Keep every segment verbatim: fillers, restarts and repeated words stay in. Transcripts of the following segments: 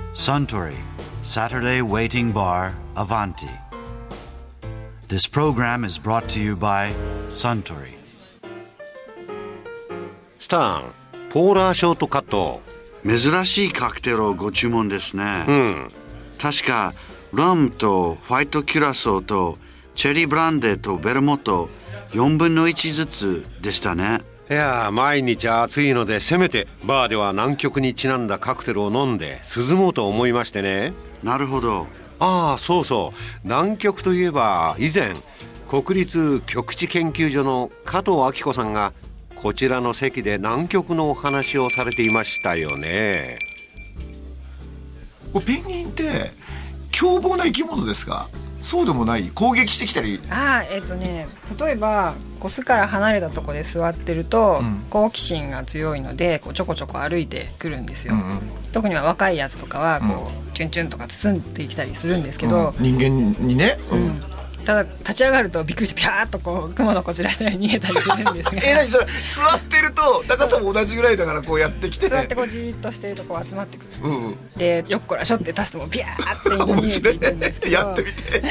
Suntory Saturday Waiting Bar Avanti. This program is brought to you by Suntory. スタン、ポーラーショートカット。 珍しいカクテルをご注文ですね。 うん。 確かラムとホワイトキュラソーとチェリーブランデーとベルモットよんぶんのいちずつでしたね。 いや、毎日暑いのでせめてバーでは南極にちなんだカクテルを飲んで涼もうと思いましてね。 なるほど。 ああ、そうそう、南極といえば以前国立極地研究所の加藤明子さんがこちらの席で南極のお話をされていましたよね。 ペンギンって凶暴な生き物ですか？そうでもない？攻撃してきたり。 ああ、えっとね、例えばこう巣から離れたところで座ってると、うん、好奇心が強いのでこうちょこちょこ歩いてくるんですよ、うんうん、特には若いやつとかはこう、うん、チュンチュンとか包んできたりするんですけど、 うん、人間にね、うんうん、 ただ立ち上がるとびっくりしてピャーっとこう雲のこちら下に逃げたりするんですがえ、何それ、座ってると高さも同じぐらいだからこうやってきて、 座ってこうじーっとしてるとこう集まってくる、 うんうん、 でよっこらしょって立つともピャーって逃げていくんですけどやってみて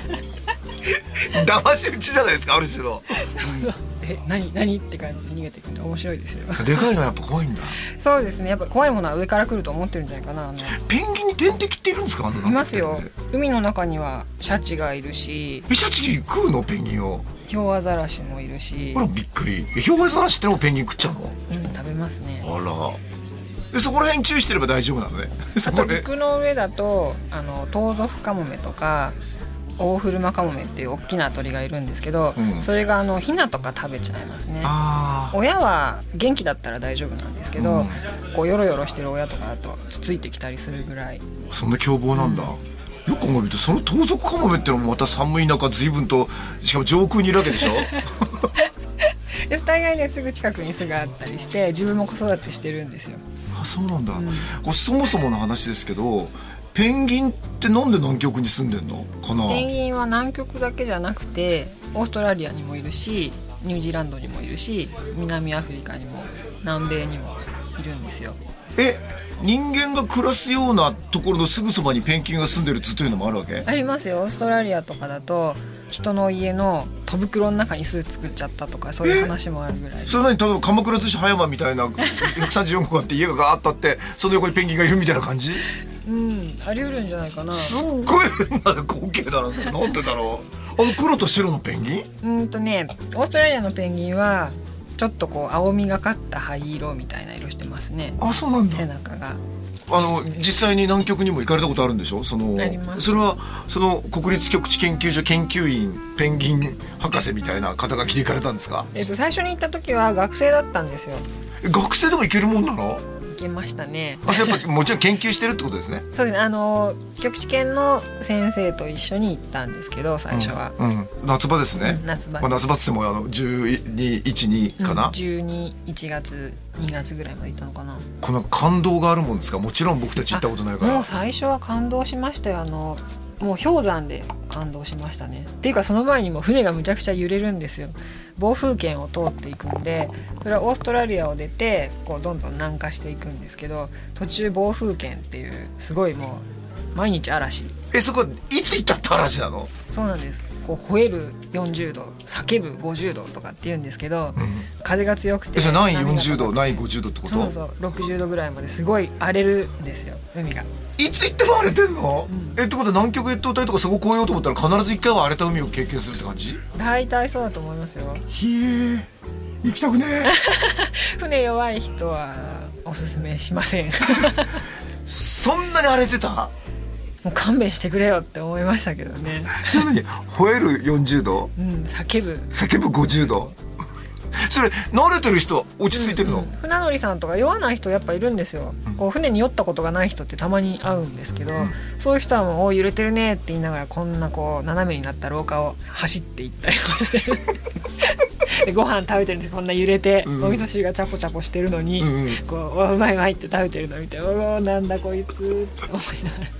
騙し討ちじゃないですか、ある種のえ、何何って感じで逃げていくんで面白いですよ。 でかいのはやっぱ怖いんだ。 そうですね、やっぱ怖いものは上から来ると思ってるんじゃないかな。あのペンギンに天敵っているんですか？あのいますよ。海の中にはシャチがいるし。 え、シャチ食うの？ペンギンを。 ヒョウアザラシもいるし。 ほらびっくり。ヒョウアザラシってのもペンギン食っちゃうの？ うん、食べますね。 あら。でそこら辺注意してれば大丈夫なのね。 あと陸の上だとあのトウゾフカモメとかオオフルマカモメっていう大きな鳥がいるんですけど、うん、それがあのヒナとか食べちゃいますね。 あ、 親は元気だったら大丈夫なんですけど、うん、こうヨロヨロしてる親とかだとつついてきたりするぐらい。 そんな凶暴なんだ、うん、よく考えるとそのトウゾフカモメってのもまた寒い中随分と、しかも上空にいるわけでしょで大概ねすぐ近くに巣があったりして自分も子育てしてるんですよ。 あ、そうなんだ、うん、これそもそもの話ですけど、ペンギンってなんで南極に住んでんのかな？ ペンギンは南極だけじゃなくてオーストラリアにもいるしニュージーランドにもいるし南アフリカにも南米にもいるんですよ。 え、人間が暮らすようなところのすぐそばにペンギンが住んでる巣というのもあるわけ？ ありますよ。オーストラリアとかだと人の家の戸袋の中に巣作っちゃったとかそういう話もあるぐらい。 それ何、例えば鎌倉寿司葉山みたいなひゃくさんじゅうよんこがあって家がガーッとあってその横にペンギンがいるみたいな感じ？ うん、あり得るんじゃないかな。 すっごい変な光景だな。それなんでだろうあの黒と白のペンギン？ うんとね、オーストラリアのペンギンはちょっとこう青みがかった灰色みたいな色してますね。 あ、そうなんだ。 背中があの実際に南極にも行かれたことあるんでしょ？そのあります。 それはその国立極地研究所研究員ペンギン博士みたいな肩書きで行かれたんですか？ えっと、最初に行った時は学生だったんですよ。 学生でも行けるもんなの？ 行けましたね。 あ、やっぱもちろん研究してるってことですね。 そうですね、あの極地研の先生と一緒に行ったんですけど最初は、 うんうん、夏場ですね、 うん、夏場、 まあ、夏場っつってもあのじゅうに、いち、にかな、うん、 じゅうに、いちがつ、にがつぐらいまで行ったのかな。 この感動があるもんですか？もちろん僕たち行ったことないから。 もう最初は感動しましたよ。あのもう氷山で感動しましたね。っていうかその前にも船がむちゃくちゃ揺れるんですよ。暴風圏を通っていくんで、それはオーストラリアを出てこうどんどん南下していくんですけど、途中暴風圏っていうすごいもう毎日嵐。 え、そこいつ行ったって嵐なの？ そうなんです。こう吠えるよんじゅうど、叫ぶごじゅうどとかって言うんですけど、うん、風が強くてそれ何よんじゅうど何ごじゅうどってこと？ そうそう、ろくじゅうどぐらいまですごい荒れるんですよ海が。 いつ行っても荒れてんの？うん、えってことは南極越冬隊とかそこ越えようと思ったら必ず一回は荒れた海を経験するって感じ？ 大体そうだと思いますよ。 ひえ、行きたくねえ船弱い人はおすすめしませんそんなに荒れてた？ もう勘弁してくれよって思いましたけどね。 ちなみに吠えるよんじゅうど、 うん、叫ぶ叫ぶごじゅうどそれ慣れてる人は落ち着いてるの？うんうん、 船乗りさんとか酔わない人やっぱいるんですよ、うん、こう船に酔ったことがない人ってたまに会うんですけど、うん、そういう人はもうお揺れてるねって言いながらこんなこう斜めになった廊下を走っていったりとかしてでご飯食べてるんですこんな揺れて、うん、お味噌汁がチャポチャポしてるのに、うんうん、こうおうまいうまいって食べてるの見ておおなんだこいつって思いながら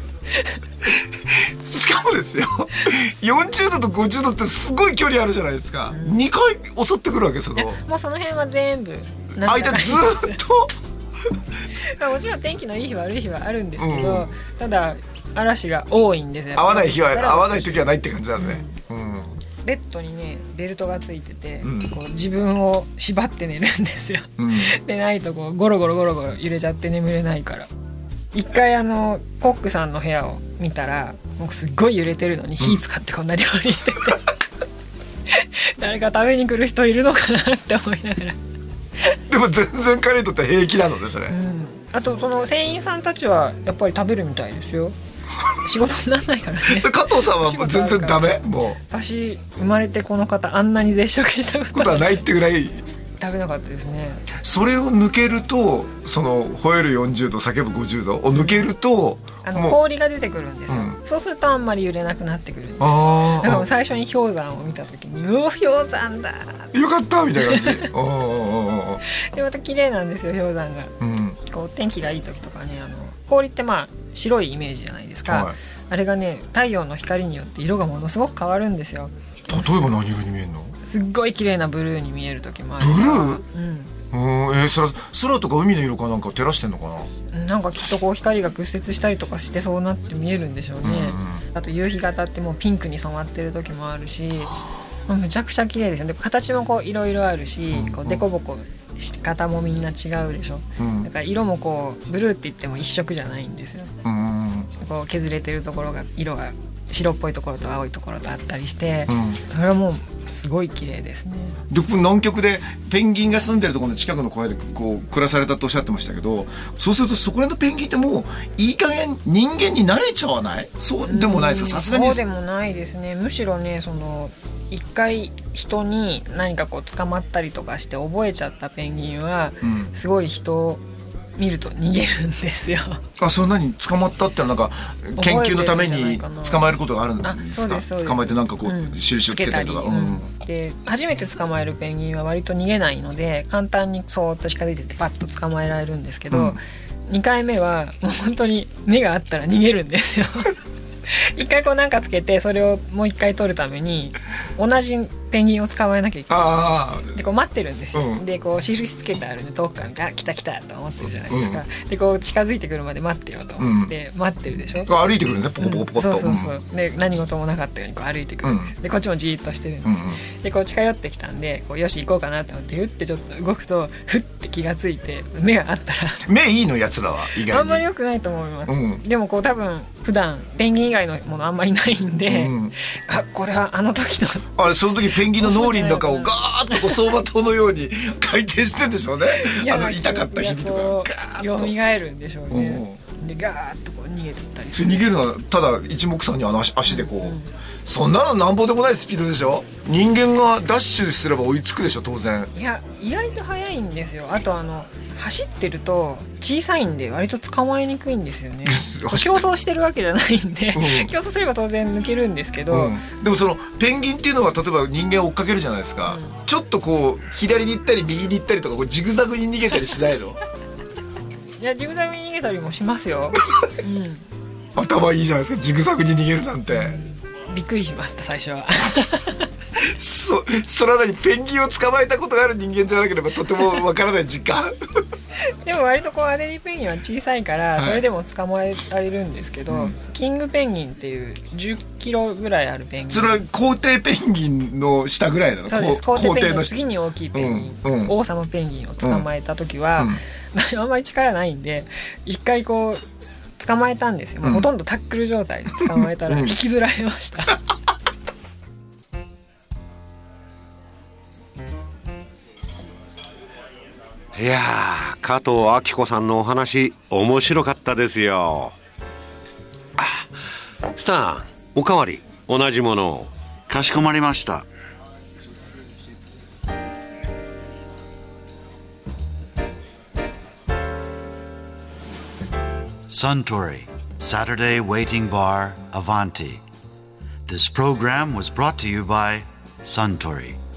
しかもですよよんじゅうどとごじゅうどってすごい距離あるじゃないですか、うん、にかい襲ってくるわけそのもうその辺は全部間ずっとまあもちろん天気のいい日悪い日はあるんですけど、うん、ただ嵐が多いんですよ。 合わない日は合わない時はないって感じなんね、うんうん、 ベッドにねベルトがついてて、うん、こう自分を縛って寝るんですよ、うん、でないとこうゴロゴロゴロゴロ揺れちゃって眠れないから。一回あのコックさんの部屋を見たら僕すっごい揺れてるのに火使ってこんな料理してて、うん、誰か食べに来る人いるのかなって思いながらでも全然彼にとっては平気なのねそれ、うん、 あとその船員さんたちはやっぱり食べるみたいですよ仕事にならないからね加藤さんはもう全然ダメ。もう私生まれてこの方あんなに絶食したことはないってぐらい食べなかったですね。 それを抜けるとその吠えるよんじゅうど叫ぶごじゅうどを抜けるとあの氷が出てくるんですよ、うん、そうするとあんまり揺れなくなってくるんです。あだから最初に氷山を見た時にうお氷山だよかったみたいな感じでまた綺麗なんですよ氷山が、うん、こう天気がいい時とかねあの氷ってまあ白いイメージじゃないですか、はい、あれがね太陽の光によって色がものすごく変わるんですよ。 例えば何色に見えるの？ すっごい綺麗なブルーに見える時もある。 ブルー？うん、うんえー、それ空とか海の色かなんか照らしてんのかな。 なんかきっとこう光が屈折したりとかしてそうなって見えるんでしょうね、うん、あと夕日が当たってもうピンクに染まってる時もあるしむちゃくちゃ綺麗ですよ。で形もこういろいろあるし、うん、こうデコボコ仕方もみんな違うでしょ、うん、だから色もこうブルーって言っても一色じゃないんですよ、うん、こう削れてるところが色が白っぽいところと青いところとあったりして、うん、それはもうすごい綺麗ですね。 で南極でペンギンが住んでるところの近くの小屋でこう暮らされたとおっしゃってましたけど、そうするとそこらのペンギンってもういい加減人間に慣れちゃわない？そうでもないですか？さすがにそうでもないですね。むしろねその一回人に何かこう捕まったりとかして覚えちゃったペンギンは、うん、すごい人を見ると逃げるんですよ。 あ、そんなに捕まったってのはなんか研究のために捕まえることがあるんですか？捕まえてなんかこう、うん、印をつけたりとか、うん、 で初めて捕まえるペンギンは割と逃げないので簡単にそーっと近づいてってパッと捕まえられるんですけど、うん、にかいめはもう本当に目があったら逃げるんですよ一回こうなんかつけてそれをもう一回取るために同じペンギンを捕まえなきゃいけないでこう待ってるんですよ、うん、でこう印つけてあるんで遠くから見てあ来た来たと思ってるじゃないですか、うん、でこう近づいてくるまで待ってよと思って、うん、待ってるでしょ。 歩いてくるんですねポコポコポコっと、うん、 そうそうそうで何事もなかったようにこう歩いてくるんです、うん、でこっちもじーっとしてるんです、うん、でこう近寄ってきたんでこうよし行こうかなと思ってふってちょっと動くとふって気がついて目があったら目いいのやつらは意外にあんまり良くないと思います、うん、でもこう多分普段ペンギン以外のものあんまりないんで、うん、あこれはあの時のあれその時ペンギンの脳裏の中をガーッとこう走馬灯のように回転してんでしょうねあの痛かった日々とかガーッと蘇るんでしょうね、うん、でガーッとこう逃げていったりする。 逃げるのはただ一目散にあの 足, 足でこう、うんうん、そんなのなんぼでもないスピードでしょ。人間がダッシュすれば追いつくでしょ当然。 いや意外と速いんですよ。あとあの走ってると小さいんで割と捕まえにくいんですよね競争してるわけじゃないんで、うん、競争すれば当然抜けるんですけど、うん、 でもそのペンギンっていうのは例えば人間を追っかけるじゃないですか、うん、ちょっとこう左に行ったり右に行ったりとかこうジグザグに逃げたりしないのいやジグザグに逃げたりもしますよ、うん、 頭いいじゃないですかジグザグに逃げるなんて、 うん、びっくりしました最初はそ, それは何ペンギンを捕まえたことがある人間じゃなければとてもわからない実感でも割とこうアデリーペンギンは小さいからそれでも捕まえられるんですけど、はい、キングペンギンっていうじゅっキロぐらいあるペンギン、 それは皇帝ペンギンの下ぐらいなの？ そうです皇帝ペンギンの次に大きいペンギン、うんうん、王様ペンギンを捕まえた時は、うんうん、私あんまり力ないんで一回こう捕まえたんですよ、もうほとんどタックル状態で捕まえたら引きずられましたいやー加藤明子さんのお話面白かったですよ。あスターおかわり同じものを。 かしこまりました。Suntory Saturday Waiting Bar Avanti. This program was brought to you by Suntory.